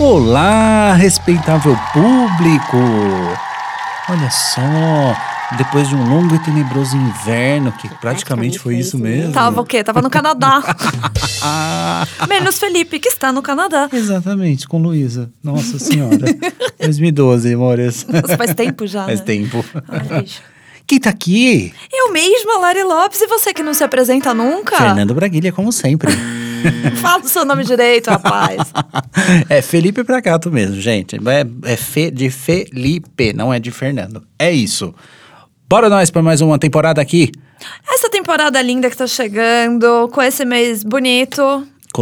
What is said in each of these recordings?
Olá, respeitável público! Olha só, depois de um longo e tenebroso inverno, que praticamente foi isso mesmo. Tava o quê? Tava no Canadá. Menos Felipe, que está no Canadá. Exatamente, com Luísa. Nossa Senhora. 2012, amores. Nossa, faz tempo já, Faz né? tempo. Ai, bicho. Quem tá aqui? Eu mesma, Lari Lopes, e você que não se apresenta nunca? Fernando Braguilha, como sempre. Fala o seu nome direito, rapaz. É Felipe Pragato mesmo, gente. É de Felipe, não é de Fernando. É isso. Bora nós pra mais uma temporada aqui. Essa temporada linda que tá chegando, com esse mês bonito,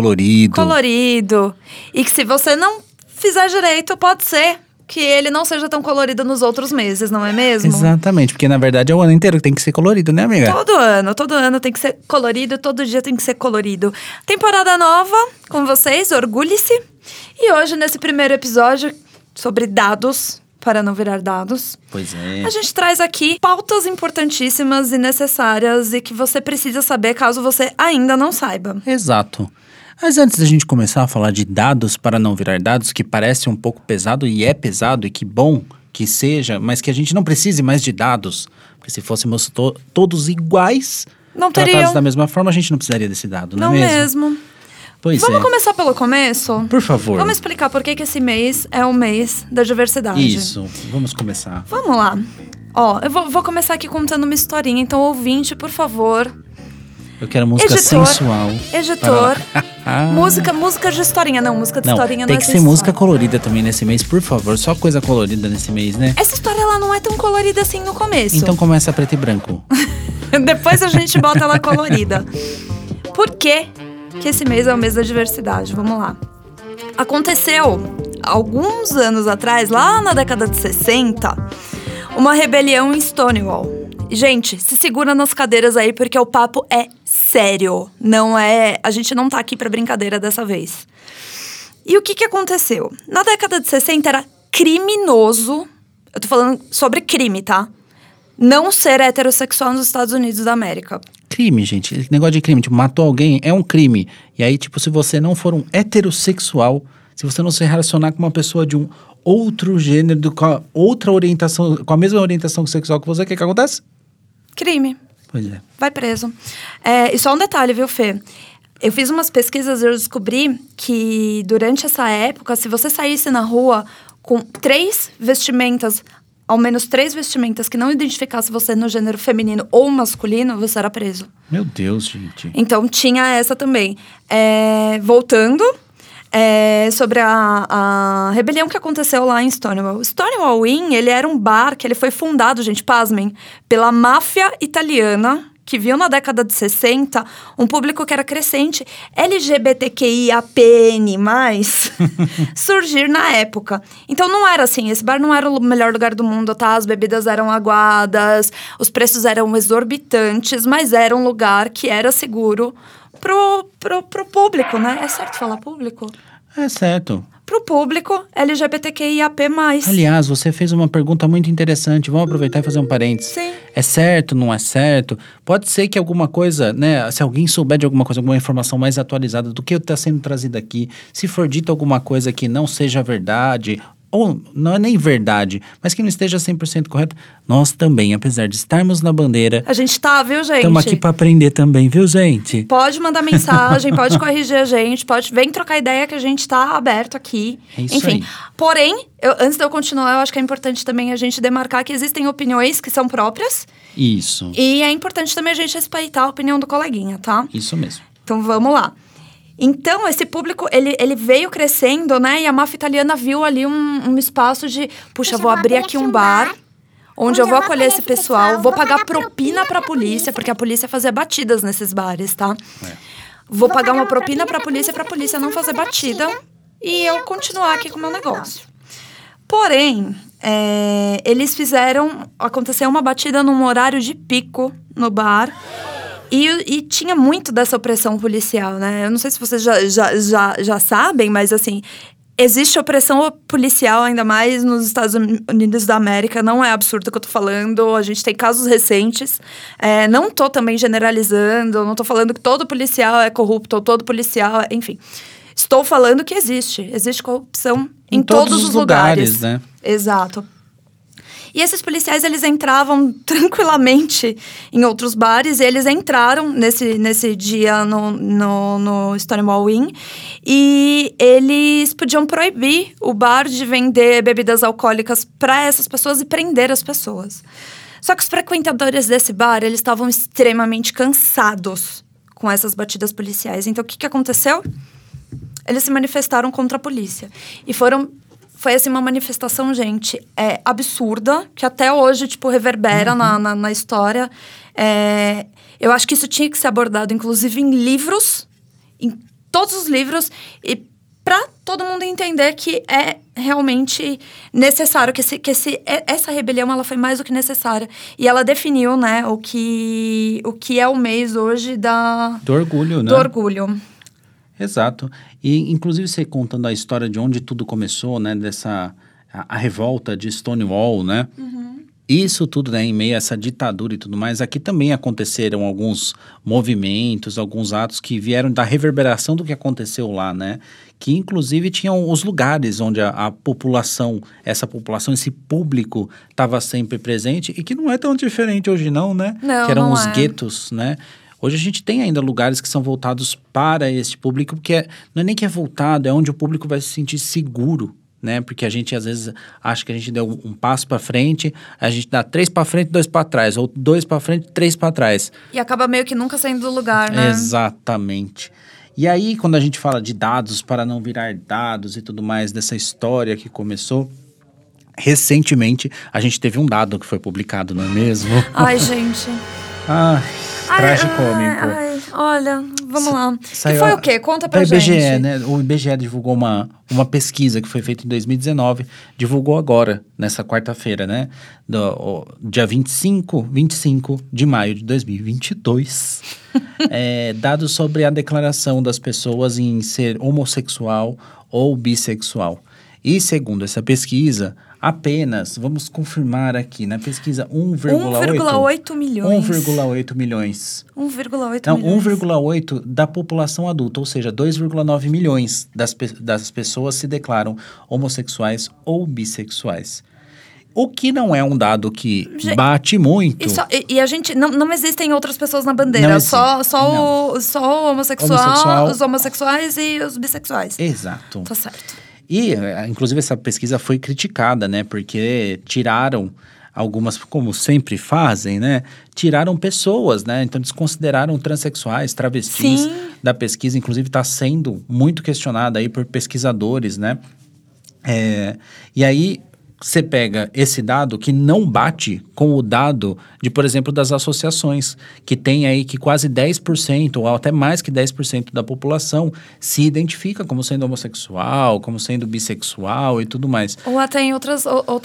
colorido. E que se você não fizer direito, pode ser que ele não seja tão colorido nos outros meses, não é mesmo? Exatamente, porque na verdade é o ano inteiro que tem que ser colorido, né, amiga? Todo ano tem que ser colorido, todo dia tem que ser colorido. Temporada nova com vocês, orgulhe-se. E hoje, nesse primeiro episódio sobre dados, para não virar dados, Pois é. a gente traz aqui pautas importantíssimas e necessárias e que você precisa saber caso você ainda não saiba. Exato. Mas antes da gente começar a falar de dados para não virar dados, que parece um pouco pesado e é pesado, e que bom que seja, mas que a gente não precise mais de dados, porque se fôssemos todos iguais, Não tratados teriam. da mesma forma, a gente não precisaria desse dado, não Não é mesmo? mesmo. Pois Vamos é. começar pelo começo? Por favor. Vamos explicar por que esse mês é o mês da diversidade. Isso, vamos começar. Vamos lá. Ó, eu vou começar aqui contando uma historinha, então ouvinte, por favor. Eu quero música Editor, sensual. Editor. música de historinha. Não, música de Não, historinha tem não é que ser sensual. música colorida também nesse mês, por favor. Só coisa colorida nesse mês, né? Essa história, ela não é tão colorida assim no começo. Então começa preto e branco. Depois a gente bota ela colorida. Por que esse mês é o mês da diversidade? Vamos lá. Aconteceu, alguns anos atrás, lá na década de 60, uma rebelião em Stonewall. Gente, se segura nas cadeiras aí, porque o papo é sério. Não é... A gente não tá aqui pra brincadeira dessa vez. E o que aconteceu? Na década de 60 era criminoso... Eu tô falando sobre crime, tá? Não ser heterossexual nos Estados Unidos da América. Crime, gente. Esse negócio de crime, tipo, matou alguém, é um crime. E aí, tipo, se você não for um heterossexual, se você não se relacionar com uma pessoa de um outro gênero, com a outra orientação, com a mesma orientação sexual que você, o que acontece? Crime. Pois é. Vai preso. E só um detalhe, viu, Fê? Eu fiz umas pesquisas e eu descobri que durante essa época, se você saísse na rua com ao menos três vestimentas que não identificasse você no gênero feminino ou masculino, você era preso. Meu Deus, gente. Então, tinha essa também. Voltando... sobre a rebelião que aconteceu lá em Stonewall. Stonewall Inn, ele era um bar que ele foi fundado, gente, pasmem, pela máfia italiana, que viu na década de 60 um público que era crescente, LGBTQIAPN+, surgir na época. Então não era assim, esse bar não era o melhor lugar do mundo, tá? As bebidas eram aguadas, os preços eram exorbitantes, mas era um lugar que era seguro pro público, né? É certo falar público? É certo. Pro público LGBTQIAP+. Aliás, você fez uma pergunta muito interessante. Vamos aproveitar e fazer um parênteses. Sim. É certo, não é certo? Pode ser que alguma coisa, né? Se alguém souber de alguma coisa, alguma informação mais atualizada do que está sendo trazido aqui, se for dito alguma coisa que não seja verdade, ou não é nem verdade, mas que não esteja 100% correto, nós também, apesar de estarmos na bandeira, A gente tá, viu, gente? estamos aqui para aprender também, viu, gente? Pode mandar mensagem, pode corrigir a gente, vem trocar ideia que a gente tá aberto aqui. É isso Enfim, aí. porém, antes de eu continuar, eu acho que é importante também a gente demarcar que existem opiniões que são próprias Isso, e é importante também a gente respeitar a opinião do coleguinha, tá? isso mesmo. Então, vamos lá. Então, esse público, ele veio crescendo, né? E a máfia italiana viu ali um espaço de... Puxa, vou abrir aqui um bar onde eu vou acolher esse pessoal. Vou pagar propina pra polícia, porque a polícia fazia batidas nesses bares, tá? Vou pagar uma propina pra polícia não fazer batida. E eu continuar aqui com o meu negócio. Porém, aconteceu uma batida num horário de pico no bar. E tinha muito dessa opressão policial, né? Eu não sei se vocês já sabem, mas assim... Existe opressão policial, ainda mais nos Estados Unidos da América. Não é absurdo o que eu tô falando. A gente tem casos recentes. Não tô também generalizando. Não tô falando que todo policial é corrupto ou todo policial... Enfim, estou falando que existe. Existe corrupção Em todos os lugares, né? Exato. E esses policiais, eles entravam tranquilamente em outros bares. E eles entraram nesse dia no Stonewall Inn. E eles podiam proibir o bar de vender bebidas alcoólicas para essas pessoas e prender as pessoas. Só que os frequentadores desse bar, eles estavam extremamente cansados com essas batidas policiais. Então, o que aconteceu? Eles se manifestaram contra a polícia. E foi, assim, uma manifestação, gente, absurda, que até hoje, tipo, reverbera na história. Eu acho que isso tinha que ser abordado, inclusive, em livros, em todos os livros, e para todo mundo entender que é realmente necessário, que essa rebelião, ela foi mais do que necessária. E ela definiu, né, o que é o mês hoje do orgulho, né? Do orgulho. Exato. E, inclusive, você contando a história de onde tudo começou, né? A revolta de Stonewall, né? Isso tudo, né? Em meio a essa ditadura e tudo mais. Aqui também aconteceram alguns movimentos, alguns atos que vieram da reverberação do que aconteceu lá, né? Que, inclusive, tinham os lugares onde a população, esse público estava sempre presente. E que não é tão diferente hoje não, né? Não, que eram os não é. guetos, né? Hoje a gente tem ainda lugares que são voltados para esse público, porque não é nem que é voltado, é onde o público vai se sentir seguro, né? Porque a gente às vezes acha que a gente deu um passo para frente, a gente dá 3 para frente, 2 para trás, ou 2 para frente, 3 para trás. E acaba meio que nunca saindo do lugar, né? Exatamente. E aí, quando a gente fala de dados para não virar dados e tudo mais, dessa história que começou, recentemente a gente teve um dado que foi publicado, não é mesmo? Ai, gente. Tragicômico. Olha, vamos lá. Saiu E foi o quê? Conta pra da IBGE, gente. né? O IBGE divulgou uma pesquisa que foi feita em 2019, divulgou agora, nessa quarta-feira, né? Dia 25 de maio de 2022. Dados sobre a declaração das pessoas em ser homossexual ou bissexual. E segundo essa pesquisa, apenas, vamos confirmar aqui, na pesquisa 1,8 milhões. 1,8 milhões. 1,8 Não, milhões. 1,8 da população adulta, ou seja, 2,9 milhões das pessoas se declaram homossexuais ou bissexuais. O que não é um dado que bate muito. E a gente... Não existem outras pessoas na bandeira. Não só o Homossexual. os homossexuais e os bissexuais. Exato. Tá certo. E, inclusive, essa pesquisa foi criticada, né? Porque tiraram algumas, como sempre fazem, né? Tiraram pessoas, né? Então, desconsideraram transexuais, travestis. Sim. Da pesquisa. Inclusive, está sendo muito questionada aí por pesquisadores, né? E aí, você pega esse dado que não bate com o dado de, por exemplo, das associações, que tem aí que quase 10%, ou até mais que 10% da população se identifica como sendo homossexual, como sendo bissexual e tudo mais. Ou até em outras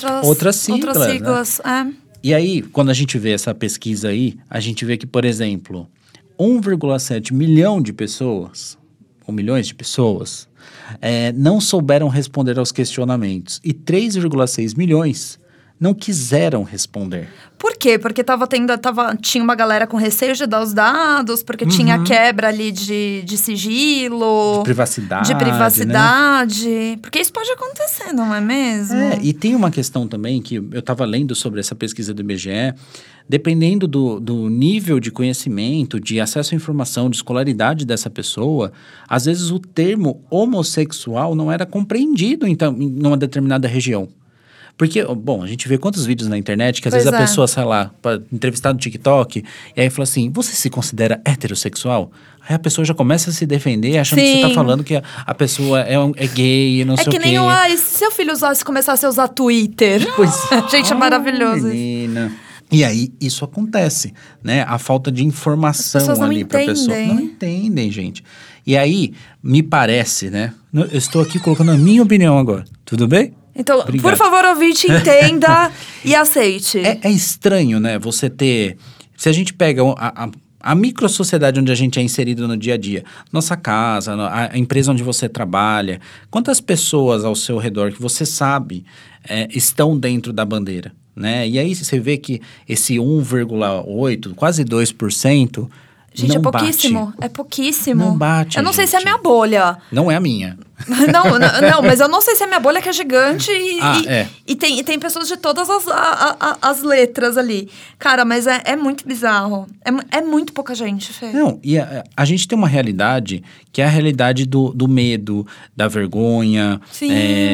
siglas. Né? E aí, quando a gente vê essa pesquisa aí, a gente vê que, por exemplo, 1,7 milhão de pessoas, ou milhões de pessoas, não souberam responder aos questionamentos. E 3,6 milhões não quiseram responder. Por quê? Porque tinha uma galera com receio de dar os dados, porque tinha quebra ali de sigilo. De privacidade. De privacidade. Né? Porque isso pode acontecer, não é mesmo? E tem uma questão também que eu estava lendo sobre essa pesquisa do IBGE. Dependendo do nível de conhecimento, de acesso à informação, de escolaridade dessa pessoa, às vezes o termo homossexual não era compreendido em uma determinada região. Porque, bom, a gente vê quantos vídeos na internet que às vezes a pessoa sai lá para entrevistar no TikTok e aí fala assim, você se considera heterossexual? Aí a pessoa já começa a se defender achando que você tá falando que a pessoa é gay e não sei o quê. É que nem e se seu filho começasse a usar Twitter? Pois, gente, é maravilhoso menina. E aí, isso acontece, né? A falta de informação ali para a pessoa. Não entendem, gente. E aí, me parece, né? Eu estou aqui colocando a minha opinião agora. Tudo bem? Então, Obrigado. Por favor, ouvinte, entenda e aceite. É estranho, né? Você ter... Se a gente pega a microsociedade onde a gente é inserido no dia a dia, nossa casa, a empresa onde você trabalha, quantas pessoas ao seu redor que você sabe estão dentro da bandeira, né? E aí você vê que esse 1,8%, quase 2%, Gente, não é pouquíssimo. bate. É pouquíssimo. Não bate, Eu não sei se é a gente. minha bolha. Não é a minha. Não, mas eu não sei se é a minha bolha que é gigante É. e tem pessoas de todas as letras ali. Cara, mas é muito bizarro. É muito pouca gente, Fê. Não, e a gente tem uma realidade que é a realidade do medo, da vergonha, Sim.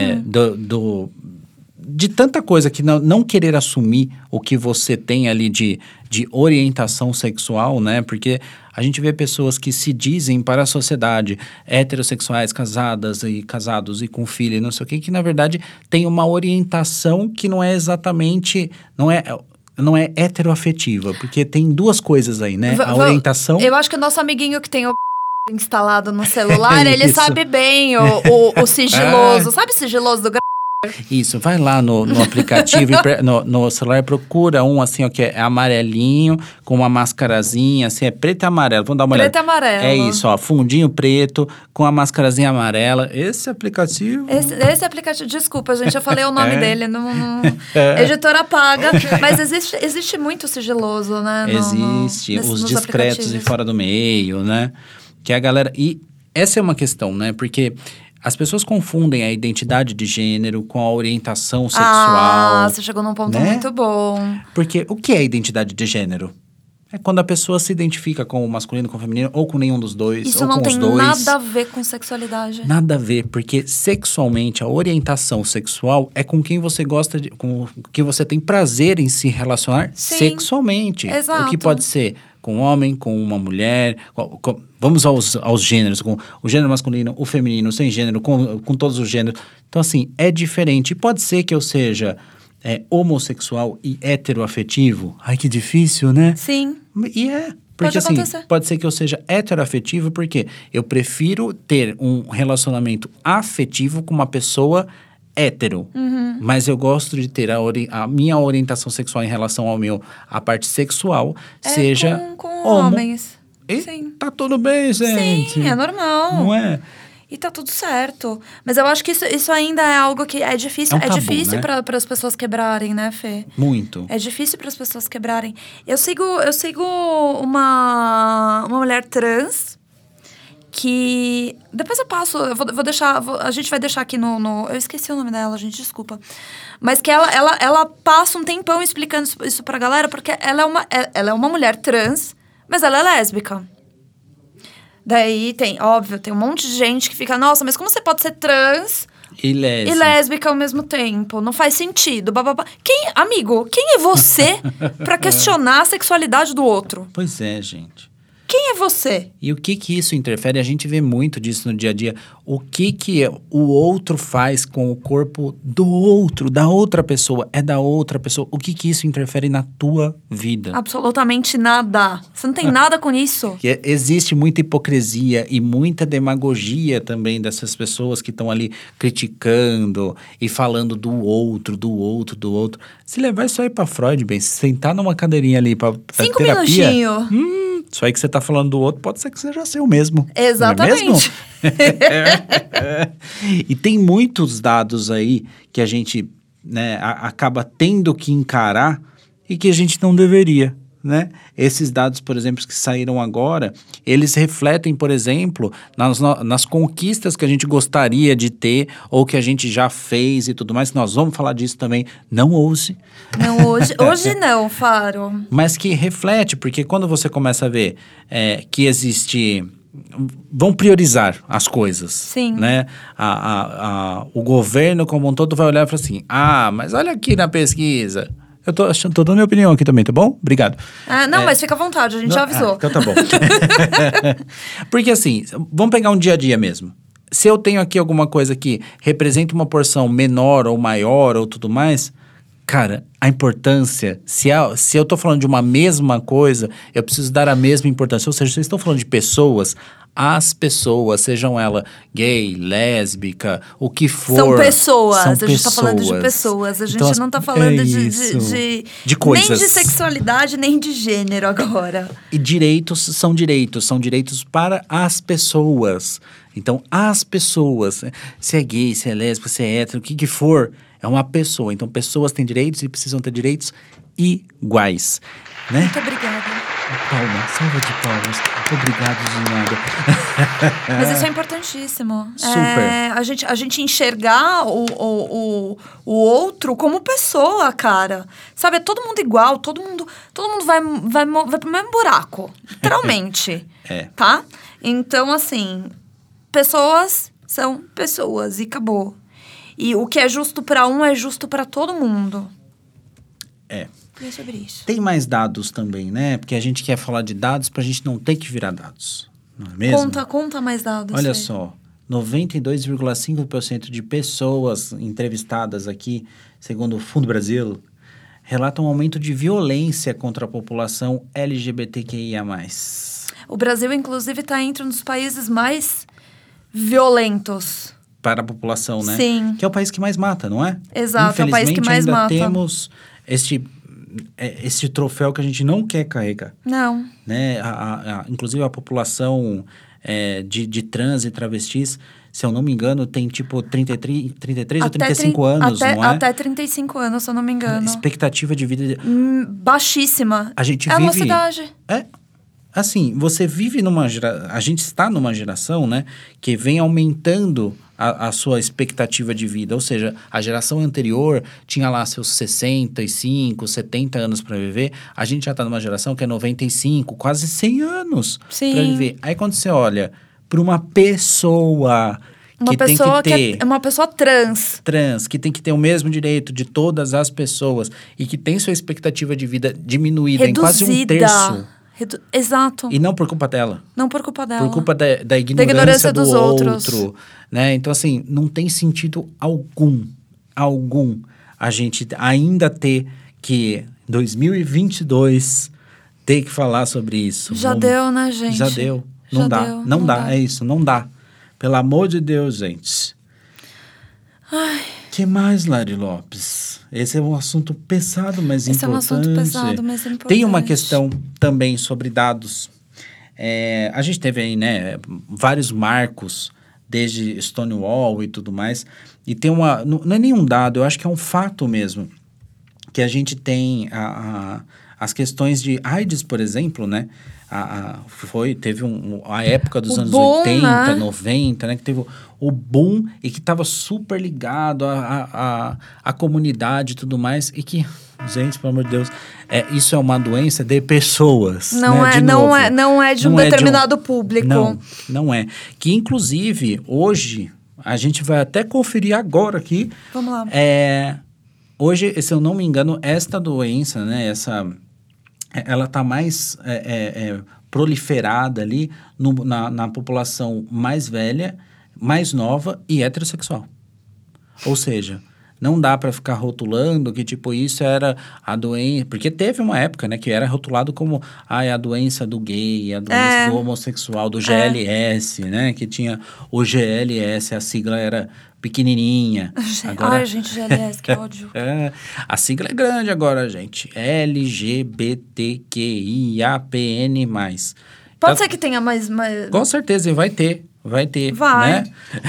de tanta coisa que não querer assumir o que você tem ali de orientação sexual, né? Porque a gente vê pessoas que se dizem para a sociedade heterossexuais, casados e com filho e não sei o que na verdade tem uma orientação que não é exatamente, não é heteroafetiva, porque tem duas coisas aí, né? A orientação... Eu acho que o nosso amiguinho que tem o instalado no celular, ele Isso. sabe bem o sigiloso. Sabe o sigiloso do Isso, vai lá no aplicativo, no celular, procura um assim, ó, que é amarelinho, com uma mascarazinha, assim, é preto e amarelo. Vamos dar uma olhada. Preto e amarelo. É isso, ó, fundinho preto, com a mascarazinha amarela. Esse aplicativo... Esse aplicativo, desculpa, gente, eu falei o nome dele, editora paga, mas existe muito sigiloso, né? Existe, os nos discretos e aplicativos. fora do meio, né? Que a galera... E essa é uma questão, né? Porque... As pessoas confundem a identidade de gênero com a orientação sexual. Ah, você chegou num ponto né? muito bom. Porque o que é identidade de gênero? É quando a pessoa se identifica com o masculino, com o feminino, ou com nenhum dos dois, Isso ou não com tem os dois. nada a ver com sexualidade. Nada a ver, porque sexualmente, a orientação sexual é com quem você gosta de... Com quem você tem prazer em se relacionar sexualmente. Exato. O que pode ser com um homem, com uma mulher... vamos aos gêneros, com o gênero masculino, o feminino, sem gênero, com todos os gêneros. Então, assim, é diferente. Pode ser que eu seja homossexual e heteroafetivo. Ai, que difícil, né? Sim. E é. Pode Porque, assim, acontecer. pode ser que eu seja heteroafetivo, porque eu prefiro ter um relacionamento afetivo com uma pessoa hétero. Mas eu gosto de ter a minha orientação sexual em relação a parte sexual, seja com homo. homens. E Sim. tá tudo bem, gente. Sim, é normal. Não é? E tá tudo certo. Mas eu acho que isso ainda é algo que é difícil. É um tabu, difícil né? para as pessoas quebrarem, né, Fê? Muito. É difícil para as pessoas quebrarem. Eu sigo uma mulher trans que... Depois eu passo, vou deixar... a gente vai deixar aqui no... Eu esqueci o nome dela, gente, desculpa. Mas que ela passa um tempão explicando isso pra galera, porque ela é uma mulher trans, mas ela é lésbica. Daí tem um monte de gente que fica... Nossa, mas como você pode ser trans... E lésbica. E lésbica ao mesmo tempo. Não faz sentido. Bababá. Amigo, quem é você pra questionar a sexualidade do outro? Pois é, gente. Quem é você? E o que isso interfere? A gente vê muito disso no dia a dia. O que o outro faz com o corpo do outro, da outra pessoa, é da outra pessoa. O que isso interfere na tua vida? Absolutamente nada. Você não tem nada com isso. Existe muita hipocrisia e muita demagogia também dessas pessoas que estão ali criticando e falando do outro. Se levar isso aí pra Freud, bem, se sentar numa cadeirinha ali pra 5 terapia... minutinhos. Isso aí que você tá falando do outro pode ser que seja seu mesmo. Exatamente. Não é mesmo? E tem muitos dados aí que a gente, né, acaba tendo que encarar e que a gente não deveria, né? Esses dados, por exemplo, que saíram agora, eles refletem, por exemplo, nas conquistas que a gente gostaria de ter ou que a gente já fez e tudo mais. Nós vamos falar disso também. Não hoje. Não, hoje não, Faro. Mas que reflete, porque quando você começa a ver que existe... Vão priorizar as coisas. Sim. Né? O governo como um todo vai olhar e falar assim, mas olha aqui na pesquisa... Eu tô dando minha opinião aqui também, tá bom? Obrigado. Mas fica à vontade, a gente já avisou. Então tá bom. Porque assim, vamos pegar um dia a dia mesmo. Se eu tenho aqui alguma coisa que representa uma porção menor ou maior ou tudo mais, cara, a importância, se eu tô falando de uma mesma coisa, eu preciso dar a mesma importância. Ou seja, vocês estão falando de pessoas, as pessoas, sejam elas gay, lésbica, o que for. São pessoas. São a gente tá falando de pessoas. A gente então, não tá falando de coisas. Nem de sexualidade, nem de gênero agora. E direitos são direitos para as pessoas. Então, as pessoas, se é gay, se é lésbica, se é hétero, o que for, é uma pessoa. Então, pessoas têm direitos e precisam ter direitos iguais, né? Muito obrigada. Palma, salva de palmas. Obrigado de nada. Mas isso é importantíssimo. Super. A gente enxergar o outro como pessoa, cara. Sabe, é todo mundo igual, todo mundo vai pro mesmo buraco. Literalmente. Tá? Então, assim, pessoas são pessoas e acabou. E o que é justo pra um é justo pra todo mundo. É sobre isso. Tem mais dados também, né? Porque a gente quer falar de dados pra gente não ter que virar dados. Não é mesmo? Conta mais dados. Olha só, 92,5% de pessoas entrevistadas aqui, segundo o Fundo Brasil, relatam um aumento de violência contra a população LGBTQIA+. O Brasil, inclusive, está entre um dos países mais violentos. Para a população, né? Sim. Que é o país que mais mata, não é? Exato, é o país que mais ainda mata. Temos este troféu que a gente não quer carregar. Não. Né? Inclusive a população de trans e travestis, se eu não me engano, tem tipo 33 ou 35 anos, não é? Até 35 anos, se eu não me engano. Expectativa de vida... baixíssima. A gente vive... a mocidade. Assim, você vive a gente está numa geração, né, que vem aumentando a sua expectativa de vida. Ou seja, a geração anterior tinha lá seus 65, 70 anos para viver. A gente já está numa geração que é 95, quase 100 anos para viver. Aí quando você olha para uma pessoa... é uma pessoa trans. Que tem que ter o mesmo direito de todas as pessoas e que tem sua expectativa de vida diminuída reduzida. Em quase um terço. Exato. E não por culpa dela. Não por culpa dela. Por culpa da ignorância dos outros. Né? Então, assim, não tem sentido algum a gente ainda ter que, 2022, ter que falar sobre isso. Já deu, né, gente? Já deu. Não dá. É isso, não dá. Pelo amor de Deus, gente. Ai. Que mais, Lari Lopes? Esse é um assunto pesado, mas importante. Esse é um assunto pesado, mas importante. Tem uma questão também sobre dados. A gente teve aí, né, vários marcos, desde Stonewall e tudo mais. E tem não é nenhum dado, eu acho que é um fato mesmo. Que a gente tem as questões de AIDS, por exemplo, né? Teve a época dos anos boom, 80, né? 90, né? Que teve o boom e que estava super ligado à comunidade e tudo mais. E que, gente, pelo amor de Deus, isso é uma doença de pessoas. Não, né? não é de um determinado público. Não é. Que, inclusive, hoje, a gente vai até conferir agora aqui. Vamos lá. Hoje, se eu não me engano, esta doença, né? Ela está mais proliferada ali na população mais velha, mais nova e heterossexual. Ou seja, não dá para ficar rotulando que, tipo, isso era a doença... Porque teve uma época, né, que era rotulado como a doença do gay, a doença do homossexual, do GLS, né? Que tinha o GLS, a sigla era pequenininha. Agora... Ai, gente, GLS, que ódio. A sigla é grande agora, gente. LGBTQIAPN+. Pode ser que tenha mais... Com certeza, vai ter. Vai. Né?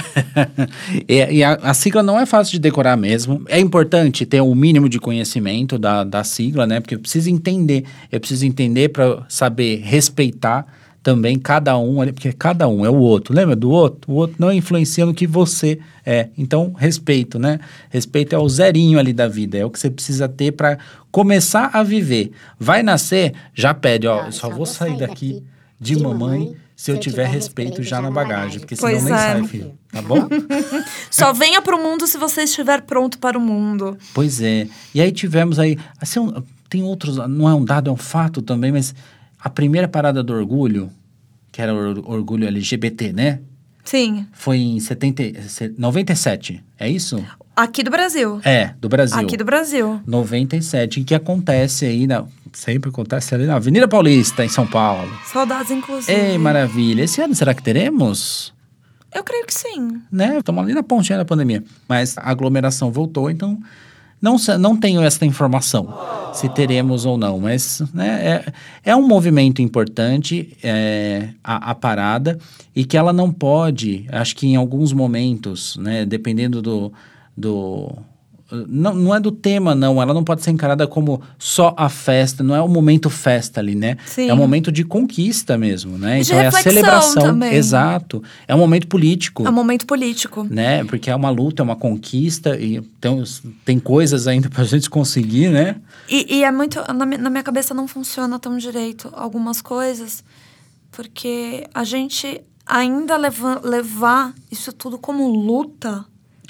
E a sigla não é fácil de decorar mesmo. É importante ter o mínimo de conhecimento da sigla, né? Porque eu preciso entender. Eu preciso entender para saber respeitar também cada um, porque cada um é o outro. Lembra do outro? O outro não influencia no que você é. Então, respeito, né? Respeito é o zerinho ali da vida. É o que você precisa ter para começar a viver. Vai nascer, já pede, ó, eu só vou sair daqui de mamãe se eu tiver respeito já na bagagem, porque senão nem sai, filho. Tá bom? Só venha pro mundo se você estiver pronto para o mundo. Pois é. E aí tivemos aí... Assim, tem outros... Não é um dado, é um fato também, mas a primeira parada do orgulho, que era o orgulho LGBT, né? Sim. Foi em 97, é isso? Aqui do Brasil. Do Brasil. Aqui do Brasil. 97, que acontece aí, sempre acontece ali na Avenida Paulista, em São Paulo. Saudades, inclusive. Ei, maravilha. Esse ano, será que teremos? Eu creio que sim. Né? Estamos ali na pontinha da pandemia. Mas a aglomeração voltou, então não tenho essa informação, se teremos ou não. Mas né, é um movimento importante, a parada, e que ela não pode, acho que em alguns momentos, né, dependendo Não é do tema, não. Ela não pode ser encarada como só a festa. Não é o momento festa ali, né? Sim. É um momento de conquista mesmo, né? De Então é a reflexão celebração. também. Exato. É um momento político. É um momento político. Né? Porque é uma luta, é uma conquista. E então, tem coisas ainda pra gente conseguir, né? E é muito... Na minha cabeça não funciona tão direito algumas coisas. Porque a gente ainda levar isso tudo como luta...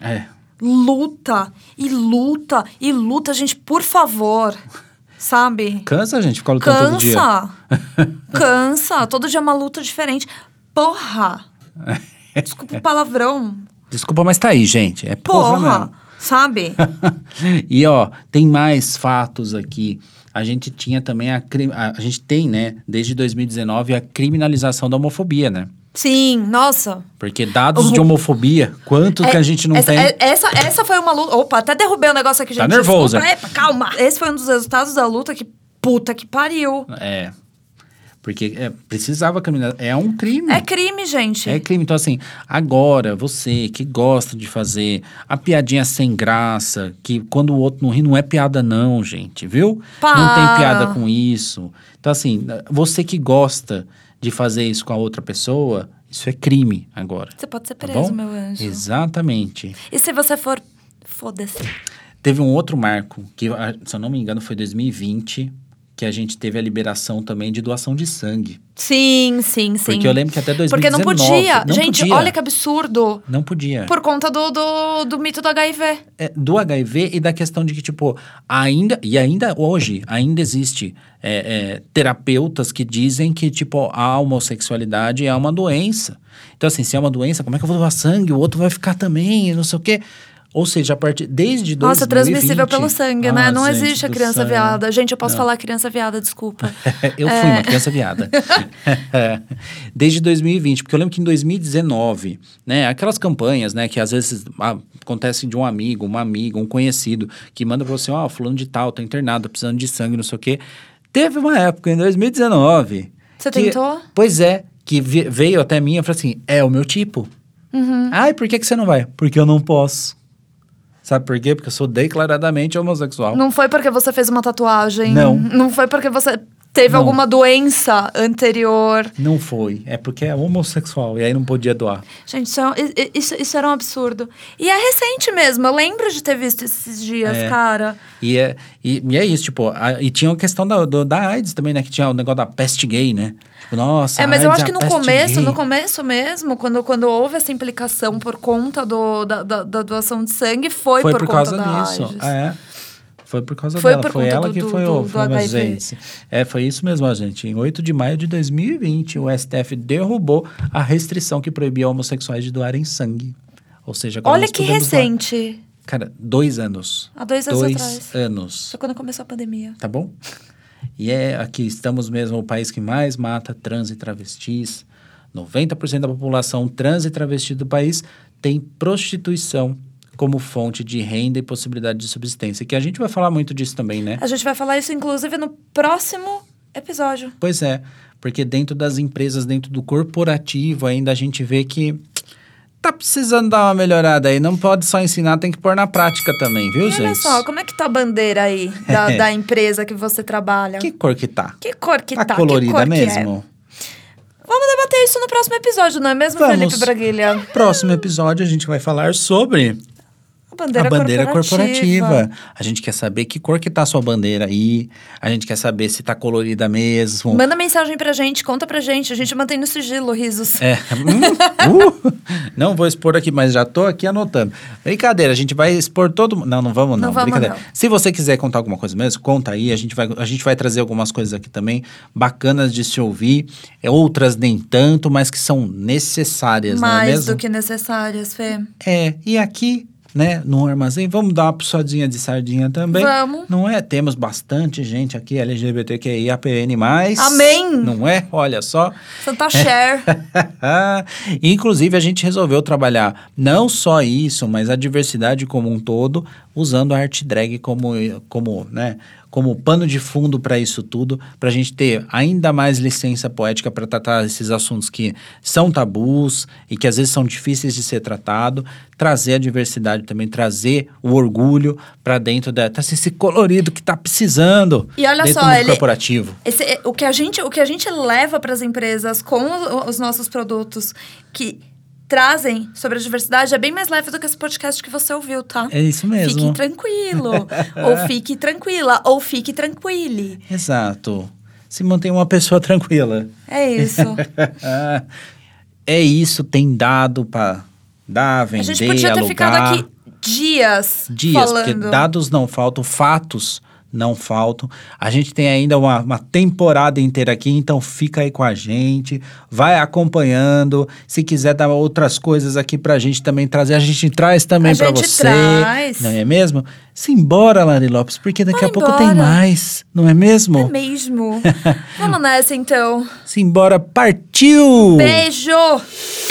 Luta, gente, por favor, sabe? Cansa a gente ficar lutando todo dia. Cansa, todo dia é uma luta diferente. Porra! Desculpa o palavrão. Desculpa, mas tá aí, gente. É porra mesmo. Sabe? E, ó, tem mais fatos aqui. A gente tinha também a gente tem, né, desde 2019, a criminalização da homofobia, né? Sim, nossa. Porque dados de homofobia, quanto que a gente não tem... Essa foi uma luta... Opa, até derrubei o negócio aqui, gente. Tá nervosa. Desculpa, calma. Esse foi um dos resultados da luta que... Puta que pariu. Porque precisava criminalizar. É um crime. É crime, gente. É crime. Então, assim, agora, você que gosta de fazer a piadinha sem graça, que quando o outro não ri, não é piada não, gente, viu? Não tem piada com isso. Então, assim, você que gosta... de fazer isso com a outra pessoa, isso é crime agora. Você pode ser preso, meu anjo. Exatamente. E se você for... Foda-se. Teve um outro marco, que se eu não me engano foi 2020, que a gente teve a liberação também de doação de sangue. Sim. Porque eu lembro que até 2019... Porque não podia. Gente, olha que absurdo. Não podia. Por conta do mito do HIV. Do HIV e da questão de que, tipo, ainda hoje, ainda existe terapeutas que dizem que, tipo, a homossexualidade é uma doença. Então, assim, se é uma doença, como é que eu vou doar sangue? O outro vai ficar também, não sei o quê. Ou seja, desde 2020... Nossa, transmissível pelo sangue, né? Não existe a criança sangue. Viada. Gente, eu posso falar criança viada, desculpa. Eu fui uma criança viada. Desde 2020, porque eu lembro que em 2019, né, aquelas campanhas, né, que às vezes acontecem de um amigo, uma amiga, um conhecido, que manda pra você, fulano de tal, tá internado, precisando de sangue, não sei o quê. Teve uma época, em 2019... Você tentou? Pois é, que veio até mim e falou assim, é o meu tipo. Uhum. Ai, por que você não vai? Porque eu não posso. Sabe por quê? Porque eu sou declaradamente homossexual. Não foi porque você fez uma tatuagem. Não. Não foi porque você teve alguma doença anterior. Não foi. É porque é homossexual. E aí não podia doar. Gente, isso era um absurdo. E é recente mesmo. Eu lembro de ter visto esses dias, cara. E é isso, tipo... E tinha a questão da AIDS também, né? Que tinha o negócio da peste gay, né? Tipo, nossa, mas eu acho que no começo começo mesmo, quando houve essa implicação por conta da doação de sangue, foi por causa conta disso. Foi por causa foi dela. por Foi conta ela que foi do a HIV. gente. Foi isso mesmo, gente. Em 8 de maio de 2020, o STF derrubou a restrição que proibia homossexuais de doarem sangue. Ou seja, agora olha que recente. Cara, 2 anos. Há 2 anos atrás. 2 anos. Foi quando começou a pandemia. Tá bom? E aqui estamos mesmo o país que mais mata trans e travestis. 90% da população trans e travesti do país tem prostituição como fonte de renda e possibilidade de subsistência. Que a gente vai falar muito disso também, né? A gente vai falar isso, inclusive, no próximo episódio. Pois é, porque dentro das empresas, dentro do corporativo, ainda a gente vê que tá precisando dar uma melhorada aí. Não pode só ensinar, tem que pôr na prática também, viu, gente? Olha só, como é que tá a bandeira aí da empresa que você trabalha? Que cor que tá? Que cor que tá? Tá colorida que cor mesmo? Vamos debater isso no próximo episódio, não é mesmo, Felipe Braguilha? Próximo episódio a gente vai falar sobre... A bandeira corporativa. A gente quer saber que cor que tá a sua bandeira aí. A gente quer saber se tá colorida mesmo. Manda mensagem pra gente, conta pra gente. A gente mantém no sigilo, risos. Não vou expor aqui, mas já tô aqui anotando. Brincadeira, a gente vai expor todo mundo. Não vamos não. Brincadeira. Não. Se você quiser contar alguma coisa mesmo, conta aí. A gente vai trazer algumas coisas aqui também, bacanas de se ouvir. Outras nem tanto, mas que são necessárias, não é mesmo? Mais do que necessárias, Fê. E aqui... né, no armazém, vamos dar uma puxadinha de sardinha também. Vamos. Não é? Temos bastante gente aqui, LGBTQIAPN+. Amém! Não é? Olha só. Santa Cher. Inclusive, a gente resolveu trabalhar não só isso, mas a diversidade como um todo, usando a arte drag como como pano de fundo para isso tudo, para a gente ter ainda mais licença poética para tratar esses assuntos que são tabus e que às vezes são difíceis de ser tratado, trazer a diversidade também, trazer o orgulho para dentro esse colorido que está precisando e olha dentro só, do mundo corporativo. O que a gente leva para as empresas com os nossos produtos que trazem sobre a diversidade é bem mais leve do que esse podcast que você ouviu, tá? É isso mesmo. Fique tranquilo, ou fique tranquila, ou fique tranquile. Exato. Se mantém uma pessoa tranquila. É isso. É isso, tem dado para dar, vender, alugar. A gente podia ter ficado aqui dias falando. Porque dados não faltam, fatos não faltam. A gente tem ainda uma temporada inteira aqui, então fica aí com a gente, vai acompanhando. Se quiser dar outras coisas aqui pra gente também trazer, a gente traz também pra você. Traz. Não é mesmo? Simbora, Lari Lopes, porque daqui a pouco tem embora. mais, não é mesmo? É mesmo. Vamos nessa, então. Simbora, partiu! Beijo!